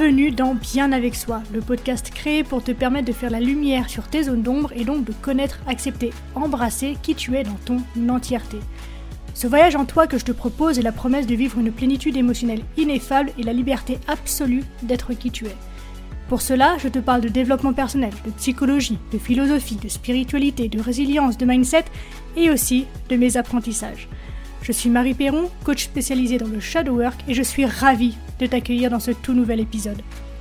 Bienvenue dans Bien avec soi, le podcast créé pour te permettre de faire la lumière sur tes zones d'ombre et donc de connaître, accepter, embrasser qui tu es dans ton entièreté. Ce voyage en toi que je te propose est la promesse de vivre une plénitude émotionnelle ineffable et la liberté absolue d'être qui tu es. Pour cela, je te parle de développement personnel, de psychologie, de philosophie, de spiritualité, de résilience, de mindset et aussi de mes apprentissages. Je suis Marie Perron, coach spécialisée dans le shadow work et je suis ravie de t'accueillir dans ce tout nouvel épisode.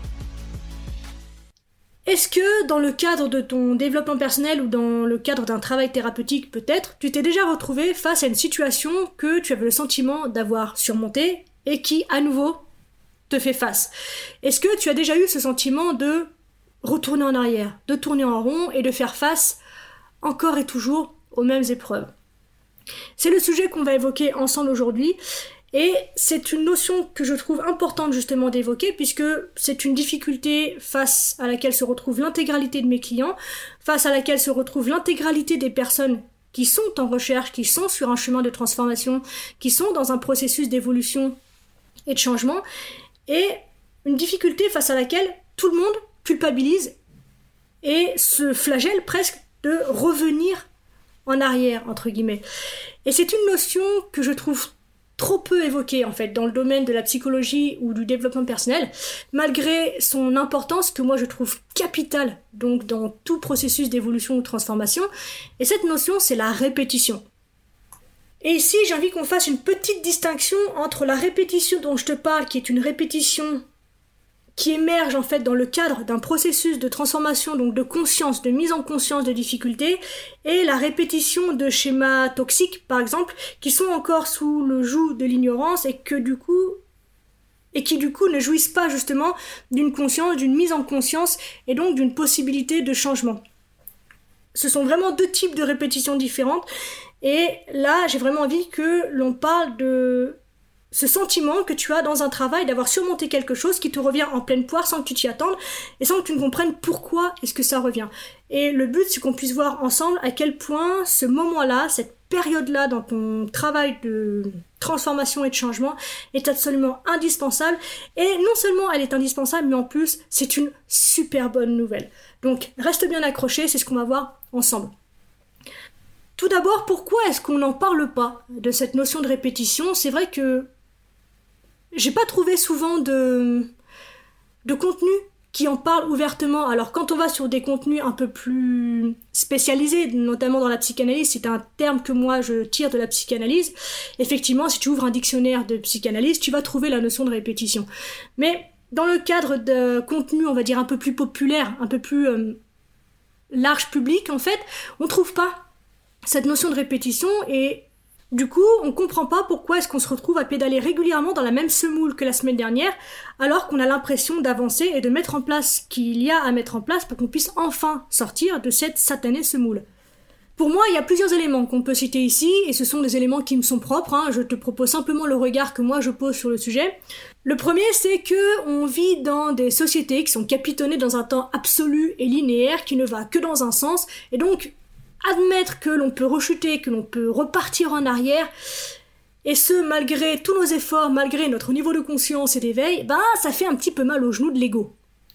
Est-ce que dans le cadre de ton développement personnel ou dans le cadre d'un travail thérapeutique peut-être, tu t'es déjà retrouvé face à une situation que tu avais le sentiment d'avoir surmontée et qui à nouveau te fait face? Est-ce que tu as déjà eu ce sentiment de retourner en arrière, de tourner en rond et de faire face encore et toujours aux mêmes épreuves? C'est le sujet qu'on va évoquer ensemble aujourd'hui et c'est une notion que je trouve importante justement d'évoquer puisque c'est une difficulté face à laquelle se retrouve l'intégralité de mes clients, face à laquelle se retrouve l'intégralité des personnes qui sont en recherche, qui sont sur un chemin de transformation, qui sont dans un processus d'évolution et de changement, et une difficulté face à laquelle tout le monde culpabilise et se flagelle presque de revenir en arrière, entre guillemets. Et c'est une notion que je trouve trop peu évoquée, en fait, dans le domaine de la psychologie ou du développement personnel, malgré son importance que moi je trouve capitale, donc dans tout processus d'évolution ou de transformation. Et cette notion, c'est la répétition. Et ici, j'ai envie qu'on fasse une petite distinction entre la répétition dont je te parle, qui est une répétition qui émerge en fait dans le cadre d'un processus de transformation, donc de conscience, de mise en conscience de difficultés, et la répétition de schémas toxiques, par exemple, qui sont encore sous le joug de l'ignorance et qui du coup ne jouissent pas justement d'une conscience, d'une mise en conscience et donc d'une possibilité de changement. Ce sont vraiment deux types de répétitions différentes, et là j'ai vraiment envie que l'on parle de ce sentiment que tu as dans un travail d'avoir surmonté quelque chose qui te revient en pleine poire sans que tu t'y attendes et sans que tu ne comprennes pourquoi est-ce que ça revient. Et le but, c'est qu'on puisse voir ensemble à quel point ce moment-là, cette période-là dans ton travail de transformation et de changement est absolument indispensable. Et non seulement elle est indispensable, mais en plus, c'est une super bonne nouvelle. Donc, reste bien accroché, c'est ce qu'on va voir ensemble. Tout d'abord, pourquoi est-ce qu'on n'en parle pas de cette notion de répétition? C'est vrai que j'ai pas trouvé souvent de contenu qui en parle ouvertement. Alors quand on va sur des contenus un peu plus spécialisés, notamment dans la psychanalyse, c'est un terme que moi je tire de la psychanalyse, effectivement si tu ouvres un dictionnaire de psychanalyse, tu vas trouver la notion de répétition. Mais dans le cadre de contenus, on va dire un peu plus populaires, un peu plus large public en fait, on trouve pas cette notion de répétition et du coup, on comprend pas pourquoi est-ce qu'on se retrouve à pédaler régulièrement dans la même semoule que la semaine dernière, alors qu'on a l'impression d'avancer et de mettre en place ce qu'il y a à mettre en place pour qu'on puisse enfin sortir de cette satanée semoule. Pour moi, il y a plusieurs éléments qu'on peut citer ici, et ce sont des éléments qui me sont propres, je te propose simplement le regard que moi je pose sur le sujet. Le premier, c'est que on vit dans des sociétés qui sont capitonnées dans un temps absolu et linéaire, qui ne va que dans un sens, et donc admettre que l'on peut rechuter, que l'on peut repartir en arrière, et ce malgré tous nos efforts, malgré notre niveau de conscience et d'éveil, ça fait un petit peu mal aux genoux de l'ego.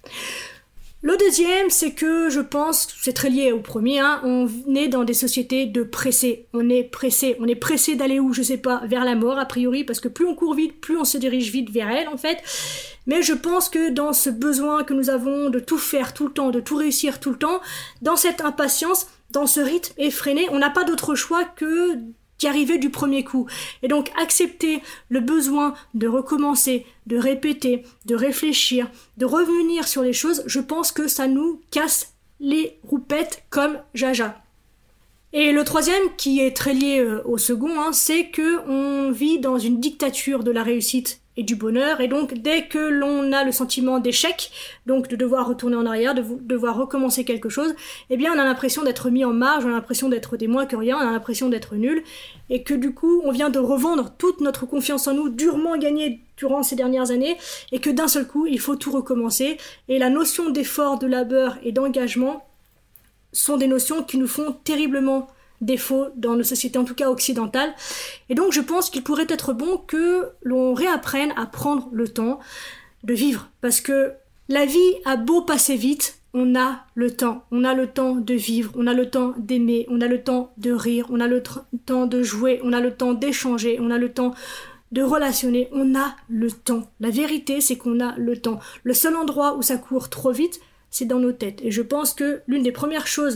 Le deuxième, c'est que je pense, c'est très lié au premier, on est dans des sociétés de pressés. On est pressé d'aller où, je sais pas, vers la mort a priori, parce que plus on court vite, plus on se dirige vite vers elle en fait. Mais je pense que dans ce besoin que nous avons de tout faire tout le temps, de tout réussir tout le temps, dans cette impatience, dans ce rythme effréné, on n'a pas d'autre choix que d'y arriver du premier coup. Et donc accepter le besoin de recommencer, de répéter, de réfléchir, de revenir sur les choses, je pense que ça nous casse les roupettes comme jaja. Et le troisième, qui est très lié au second, c'est que on vit dans une dictature de la réussite et du bonheur, et donc dès que l'on a le sentiment d'échec, donc de devoir retourner en arrière, de devoir recommencer quelque chose, eh bien on a l'impression d'être mis en marge, on a l'impression d'être des moins que rien, on a l'impression d'être nul, et que du coup on vient de revendre toute notre confiance en nous, durement gagnée durant ces dernières années, et que d'un seul coup il faut tout recommencer, et la notion d'effort, de labeur et d'engagement sont des notions qui nous font terriblement défaut dans nos sociétés, en tout cas occidentales. Et donc je pense qu'il pourrait être bon que l'on réapprenne à prendre le temps de vivre. Parce que La vie a beau passer vite, on a le temps. On a le temps de vivre, on a le temps d'aimer, on a le temps de rire, on a le temps de jouer, on a le temps d'échanger, on a le temps de relationner, on a le temps. La vérité, c'est qu'on a le temps. Le seul endroit où ça court trop vite, c'est dans nos têtes. Et je pense que l'une des premières choses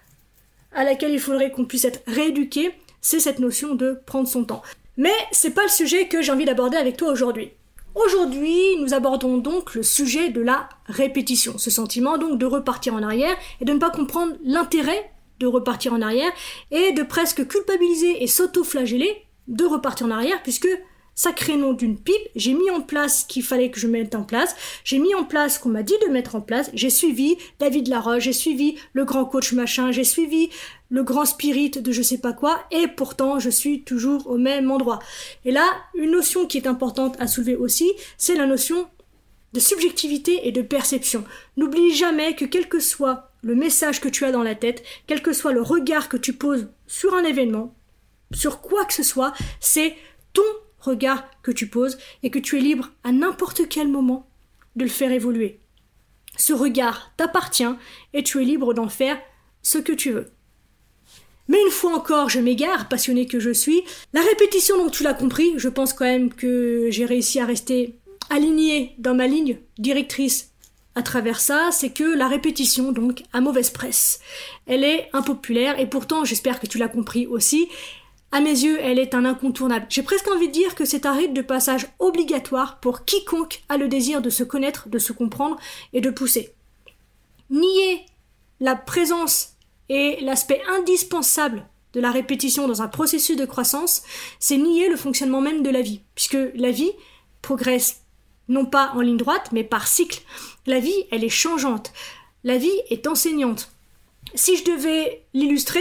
à laquelle il faudrait qu'on puisse être rééduqué, c'est cette notion de prendre son temps. Mais c'est pas le sujet que j'ai envie d'aborder avec toi aujourd'hui. Aujourd'hui, nous abordons donc le sujet de la répétition. Ce sentiment donc de repartir en arrière et de ne pas comprendre l'intérêt de repartir en arrière et de presque culpabiliser et s'auto-flageller de repartir en arrière puisque sacré nom d'une pipe, j'ai mis en place ce qu'il fallait que je mette en place, j'ai mis en place ce qu'on m'a dit de mettre en place, j'ai suivi David Laroche, j'ai suivi le grand coach machin, j'ai suivi le grand spirit de je sais pas quoi, et pourtant je suis toujours au même endroit. Et là, une notion qui est importante à soulever aussi, c'est la notion de subjectivité et de perception. N'oublie jamais que quel que soit le message que tu as dans la tête, quel que soit le regard que tu poses sur un événement, sur quoi que ce soit, c'est ton regard que tu poses et que tu es libre à n'importe quel moment de le faire évoluer. Ce regard t'appartient et tu es libre d'en faire ce que tu veux. Mais une fois encore, je m'égare, passionné que je suis. La répétition, donc tu l'as compris, je pense quand même que j'ai réussi à rester aligné dans ma ligne directrice à travers ça, c'est que la répétition, donc, a mauvaise presse. Elle est impopulaire et pourtant, j'espère que tu l'as compris aussi, à mes yeux, elle est un incontournable. J'ai presque envie de dire que c'est un rite de passage obligatoire pour quiconque a le désir de se connaître, de se comprendre et de pousser. Nier la présence et l'aspect indispensable de la répétition dans un processus de croissance, c'est nier le fonctionnement même de la vie, puisque la vie progresse non pas en ligne droite, mais par cycle. La vie, elle est changeante. La vie est enseignante. Si je devais l'illustrer,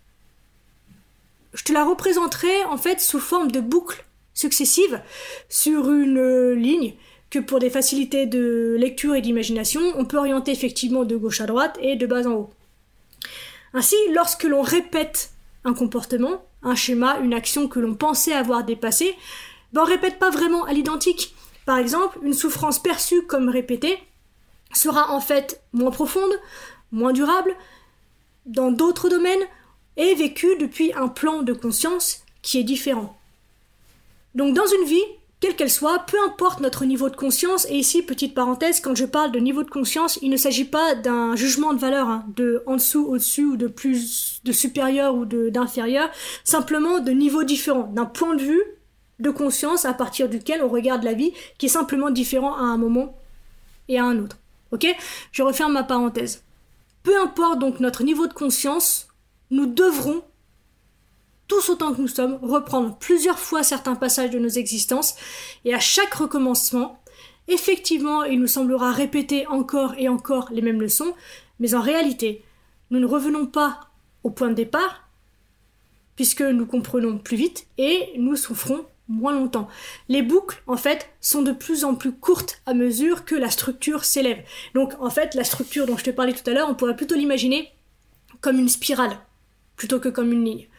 je te la représenterai en fait sous forme de boucles successives sur une ligne que pour des facilités de lecture et d'imagination, on peut orienter effectivement de gauche à droite et de bas en haut. Ainsi, lorsque l'on répète un comportement, un schéma, une action que l'on pensait avoir dépassée, on ne répète pas vraiment à l'identique. Par exemple, une souffrance perçue comme répétée sera en fait moins profonde, moins durable, dans d'autres domaines, et vécue depuis un plan de conscience qui est différent. Donc dans une vie, quelle qu'elle soit, peu importe notre niveau de conscience, et ici, petite parenthèse, quand je parle de niveau de conscience, il ne s'agit pas d'un jugement de valeur, de en dessous, au-dessus, ou de plus, de supérieur ou d'inférieur, simplement de niveaux différents, d'un point de vue de conscience à partir duquel on regarde la vie, qui est simplement différent à un moment et à un autre. Ok ? Je referme ma parenthèse. Peu importe donc notre niveau de conscience, nous devrons, tous autant que nous sommes, reprendre plusieurs fois certains passages de nos existences et à chaque recommencement, effectivement, il nous semblera répéter encore et encore les mêmes leçons, mais en réalité, nous ne revenons pas au point de départ puisque nous comprenons plus vite et nous souffrons moins longtemps. Les boucles, en fait, sont de plus en plus courtes à mesure que la structure s'élève. Donc, en fait, la structure dont je te parlais tout à l'heure, on pourrait plutôt l'imaginer comme une spirale plutôt que comme une ligne.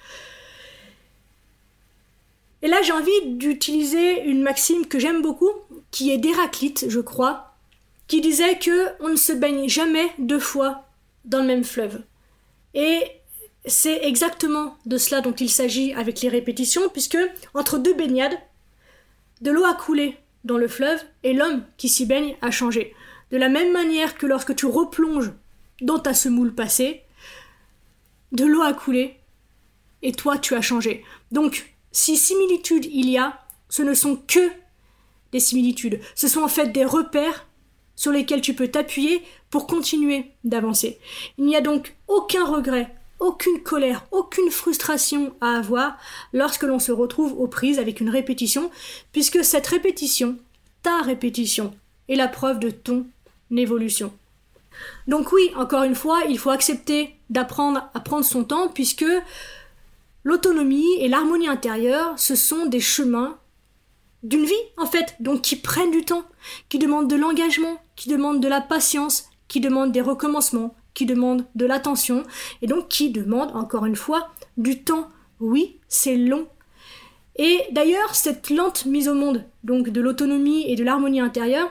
Et là, j'ai envie d'utiliser une maxime que j'aime beaucoup, qui est d'Héraclite, je crois, qui disait que on ne se baigne jamais deux fois dans le même fleuve. Et c'est exactement de cela dont il s'agit avec les répétitions, puisque entre deux baignades, de l'eau a coulé dans le fleuve et l'homme qui s'y baigne a changé. De la même manière que lorsque tu replonges dans ta semoule passée, de l'eau a coulé et toi tu as changé. Donc, si similitudes il y a, ce ne sont que des similitudes. Ce sont en fait des repères sur lesquels tu peux t'appuyer pour continuer d'avancer. Il n'y a donc aucun regret, aucune colère, aucune frustration à avoir lorsque l'on se retrouve aux prises avec une répétition, puisque cette répétition, ta répétition, est la preuve de ton évolution. Donc oui, encore une fois, il faut accepter d'apprendre à prendre son temps, puisque l'autonomie et l'harmonie intérieure, ce sont des chemins d'une vie, en fait, donc qui prennent du temps, qui demandent de l'engagement, qui demandent de la patience, qui demandent des recommencements, qui demandent de l'attention, et donc qui demandent, encore une fois, du temps. Oui, c'est long. Et d'ailleurs, cette lente mise au monde, donc de l'autonomie et de l'harmonie intérieure,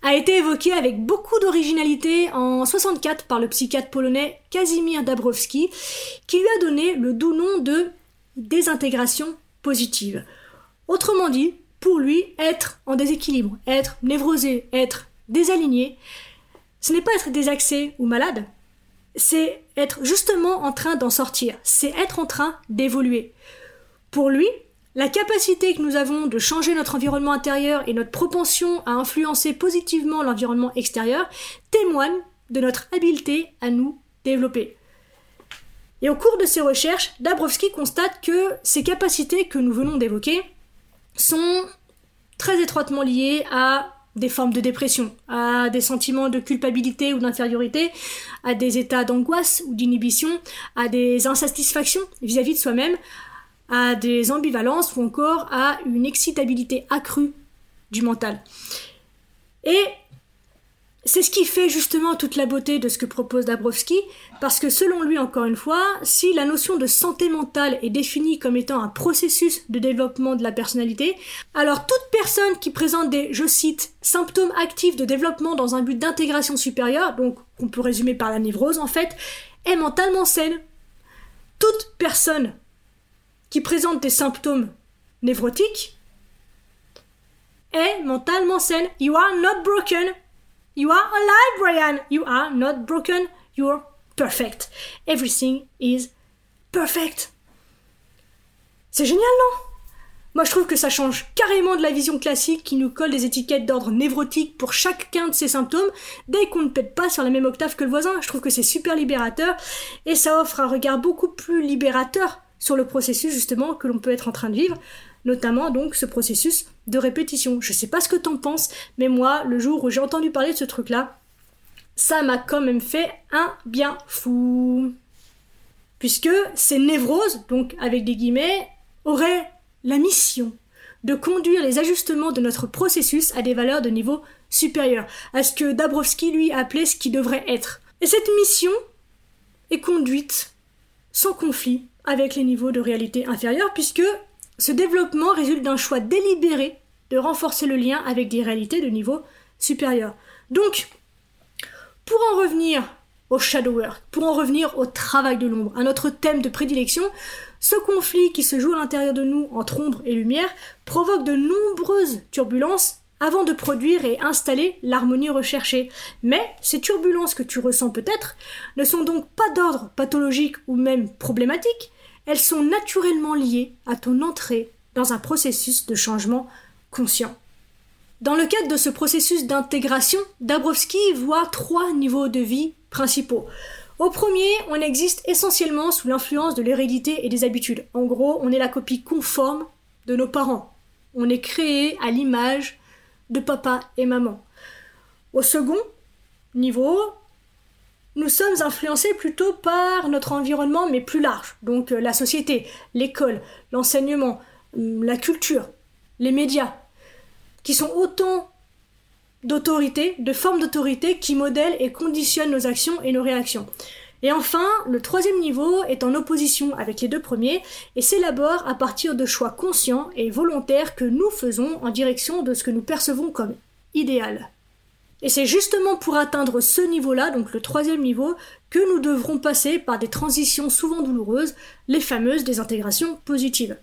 a été évoqué avec beaucoup d'originalité en 64 par le psychiatre polonais Kazimierz Dabrowski, qui lui a donné le doux nom de désintégration positive. Autrement dit, pour lui, être en déséquilibre, être névrosé, être désaligné, ce n'est pas être désaxé ou malade, c'est être justement en train d'en sortir, c'est être en train d'évoluer. Pour lui, la capacité que nous avons de changer notre environnement intérieur et notre propension à influencer positivement l'environnement extérieur témoignent de notre habileté à nous développer. Et au cours de ses recherches, Dabrowski constate que ces capacités que nous venons d'évoquer sont très étroitement liées à des formes de dépression, à des sentiments de culpabilité ou d'infériorité, à des états d'angoisse ou d'inhibition, à des insatisfactions vis-à-vis de soi-même, à des ambivalences ou encore à une excitabilité accrue du mental. Et c'est ce qui fait justement toute la beauté de ce que propose Dabrowski, parce que selon lui, encore une fois, si la notion de santé mentale est définie comme étant un processus de développement de la personnalité, alors toute personne qui présente des, je cite, symptômes actifs de développement dans un but d'intégration supérieure, donc qu'on peut résumer par la névrose en fait, est mentalement saine. Toute personne qui présente des symptômes névrotiques est mentalement saine. You are not broken. You are alive, Brian. You are not broken. You're perfect. Everything is perfect. C'est génial, non? Moi, je trouve que ça change carrément de la vision classique qui nous colle des étiquettes d'ordre névrotique pour chacun de ces symptômes dès qu'on ne pète pas sur la même octave que le voisin. Je trouve que c'est super libérateur et ça offre un regard beaucoup plus libérateur sur le processus justement que l'on peut être en train de vivre, notamment donc ce processus de répétition. Je sais pas ce que t'en penses, mais moi, le jour où j'ai entendu parler de ce truc-là, ça m'a quand même fait un bien fou. Puisque ces névroses, donc avec des guillemets, auraient la mission de conduire les ajustements de notre processus à des valeurs de niveau supérieur, à ce que Dabrowski lui appelait ce qui devrait être. Et cette mission est conduite sans conflit avec les niveaux de réalité inférieurs, puisque ce développement résulte d'un choix délibéré de renforcer le lien avec des réalités de niveau supérieur. Donc, pour en revenir au shadow work, pour en revenir au travail de l'ombre, à notre thème de prédilection, ce conflit qui se joue à l'intérieur de nous entre ombre et lumière provoque de nombreuses turbulences avant de produire et installer l'harmonie recherchée. Mais ces turbulences que tu ressens peut-être ne sont donc pas d'ordre pathologique ou même problématique, elles sont naturellement liées à ton entrée dans un processus de changement conscient. Dans le cadre de ce processus d'intégration, Dabrowski voit 3 niveaux de vie principaux. Au premier, on existe essentiellement sous l'influence de l'hérédité et des habitudes. En gros, on est la copie conforme de nos parents. On est créé à l'image de papa et maman. Au second niveau, nous sommes influencés plutôt par notre environnement, mais plus large. Donc la société, l'école, l'enseignement, la culture, les médias, qui sont autant d'autorités, de formes d'autorité qui modèlent et conditionnent nos actions et nos réactions. Et enfin, le troisième niveau est en opposition avec les 2 premiers et s'élabore à partir de choix conscients et volontaires que nous faisons en direction de ce que nous percevons comme idéal. Et c'est justement pour atteindre ce niveau-là, donc le troisième niveau, que nous devrons passer par des transitions souvent douloureuses, les fameuses désintégrations positives.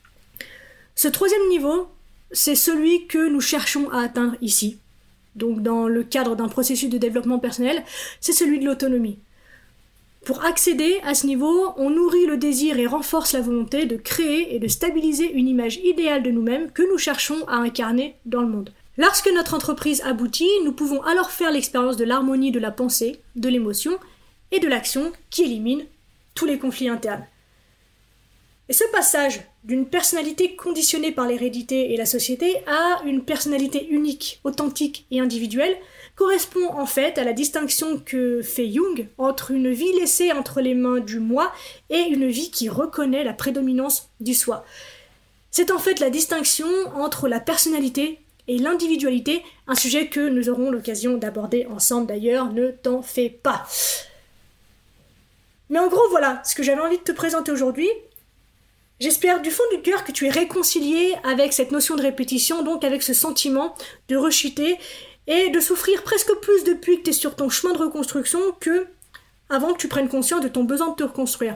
Ce troisième niveau, c'est celui que nous cherchons à atteindre ici. Donc dans le cadre d'un processus de développement personnel, c'est celui de l'autonomie. Pour accéder à ce niveau, on nourrit le désir et renforce la volonté de créer et de stabiliser une image idéale de nous-mêmes que nous cherchons à incarner dans le monde. Lorsque notre entreprise aboutit, nous pouvons alors faire l'expérience de l'harmonie de la pensée, de l'émotion et de l'action qui élimine tous les conflits internes. Et ce passage d'une personnalité conditionnée par l'hérédité et la société à une personnalité unique, authentique et individuelle correspond en fait à la distinction que fait Jung entre une vie laissée entre les mains du moi et une vie qui reconnaît la prédominance du soi. C'est en fait la distinction entre la personnalité et l'individualité, un sujet que nous aurons l'occasion d'aborder ensemble d'ailleurs, ne t'en fais pas. Mais en gros, voilà ce que j'avais envie de te présenter aujourd'hui. J'espère du fond du cœur que tu es réconcilié avec cette notion de répétition, donc avec ce sentiment de rechuter et de souffrir presque plus depuis que tu es sur ton chemin de reconstruction que avant que tu prennes conscience de ton besoin de te reconstruire.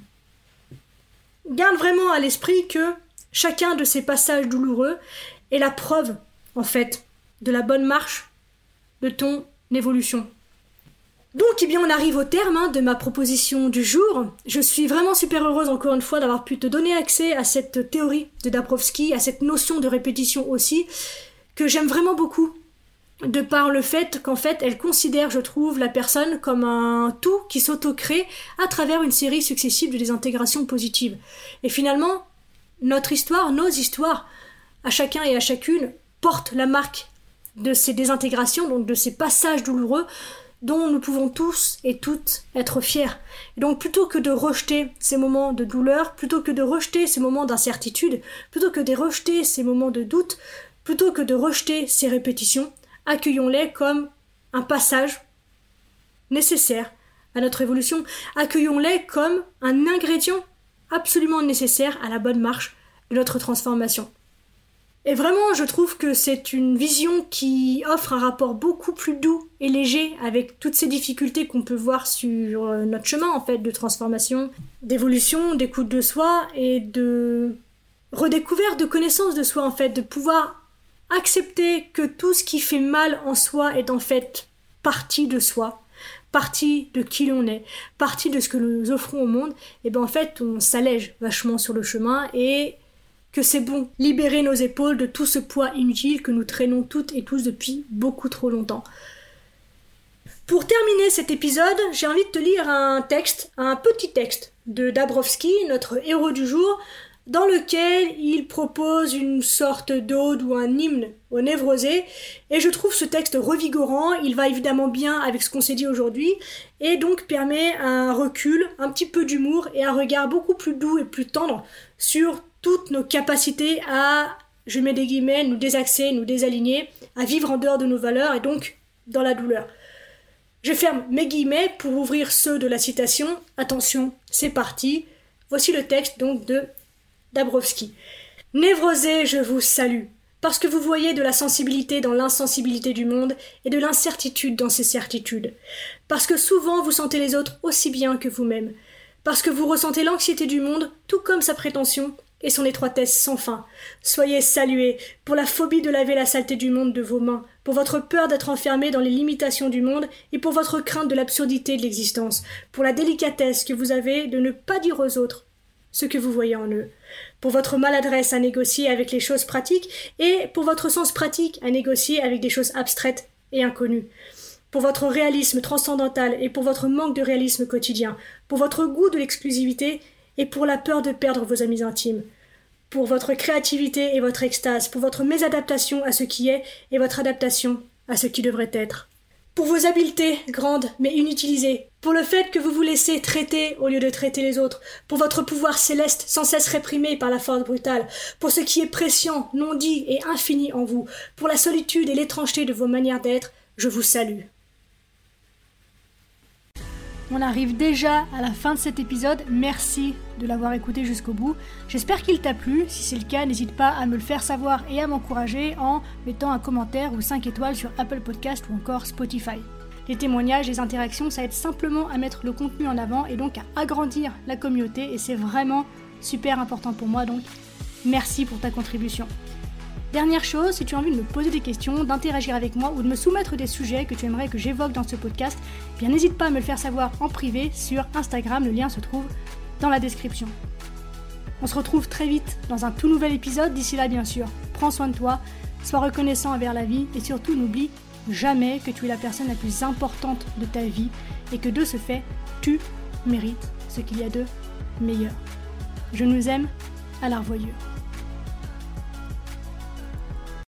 Garde vraiment à l'esprit que chacun de ces passages douloureux est la preuve, en fait, de la bonne marche de ton évolution. Donc, on arrive au terme de ma proposition du jour. Je suis vraiment super heureuse, encore une fois, d'avoir pu te donner accès à cette théorie de Dabrowski, à cette notion de répétition aussi, que j'aime vraiment beaucoup, de par le fait qu'en fait, elle considère, je trouve, la personne comme un tout qui s'auto-crée à travers une série successive de désintégrations positives. Et finalement, notre histoire, nos histoires, à chacun et à chacune, portent la marque de ces désintégrations, donc de ces passages douloureux, dont nous pouvons tous et toutes être fiers. Et donc plutôt que de rejeter ces moments de douleur, plutôt que de rejeter ces moments d'incertitude, plutôt que de rejeter ces moments de doute, plutôt que de rejeter ces répétitions, accueillons-les comme un passage nécessaire à notre évolution. Accueillons-les comme un ingrédient absolument nécessaire à la bonne marche de notre transformation. Et vraiment, je trouve que c'est une vision qui offre un rapport beaucoup plus doux et léger avec toutes ces difficultés qu'on peut voir sur notre chemin, en fait, de transformation, d'évolution, d'écoute de soi et de redécouverte de connaissance de soi, en fait, de pouvoir accepter que tout ce qui fait mal en soi est en fait partie de soi, partie de qui l'on est, partie de ce que nous offrons au monde, et en fait, on s'allège vachement sur le chemin et que c'est bon, libérer nos épaules de tout ce poids inutile que nous traînons toutes et tous depuis beaucoup trop longtemps. Pour terminer cet épisode, j'ai envie de te lire un petit texte de Dabrowski, notre héros du jour, dans lequel il propose une sorte d'ode ou un hymne aux névrosés, et je trouve ce texte revigorant. Il va évidemment bien avec ce qu'on s'est dit aujourd'hui, et donc permet un recul, un petit peu d'humour, et un regard beaucoup plus doux et plus tendre sur toutes nos capacités à, je mets des guillemets, nous désaxer, nous désaligner, à vivre en dehors de nos valeurs, et donc dans la douleur. Je ferme mes guillemets pour ouvrir ceux de la citation. Attention, c'est parti. Voici le texte donc de Dabrowski. Névrosés, je vous salue, parce que vous voyez de la sensibilité dans l'insensibilité du monde et de l'incertitude dans ses certitudes, parce que souvent vous sentez les autres aussi bien que vous-même, parce que vous ressentez l'anxiété du monde tout comme sa prétention et son étroitesse sans fin. Soyez salués pour la phobie de laver la saleté du monde de vos mains, pour votre peur d'être enfermé dans les limitations du monde et pour votre crainte de l'absurdité de l'existence, pour la délicatesse que vous avez de ne pas dire aux autres ce que vous voyez en eux, pour votre maladresse à négocier avec les choses pratiques et pour votre sens pratique à négocier avec des choses abstraites et inconnues, pour votre réalisme transcendantal et pour votre manque de réalisme quotidien, pour votre goût de l'exclusivité et pour la peur de perdre vos amis intimes, pour votre créativité et votre extase, pour votre mésadaptation à ce qui est et votre adaptation à ce qui devrait être, pour vos habiletés grandes mais inutilisées, pour le fait que vous vous laissez traiter au lieu de traiter les autres, pour votre pouvoir céleste sans cesse réprimé par la force brutale, pour ce qui est prescient, non dit et infini en vous, pour la solitude et l'étrangeté de vos manières d'être, je vous salue. On arrive déjà à la fin de cet épisode, merci de l'avoir écouté jusqu'au bout. J'espère qu'il t'a plu, si c'est le cas, n'hésite pas à me le faire savoir et à m'encourager en mettant un commentaire ou 5 étoiles sur Apple Podcast ou encore Spotify. Les témoignages, les interactions, ça aide simplement à mettre le contenu en avant et donc à agrandir la communauté et c'est vraiment super important pour moi, donc merci pour ta contribution. Dernière chose, si tu as envie de me poser des questions, d'interagir avec moi ou de me soumettre des sujets que tu aimerais que j'évoque dans ce podcast, eh bien n'hésite pas à me le faire savoir en privé sur Instagram, le lien se trouve dans la description. On se retrouve très vite dans un tout nouvel épisode, d'ici là bien sûr, prends soin de toi, sois reconnaissant envers la vie et surtout n'oublie jamais que tu es la personne la plus importante de ta vie et que de ce fait, tu mérites ce qu'il y a de meilleur. Je nous aime, à la revoyure.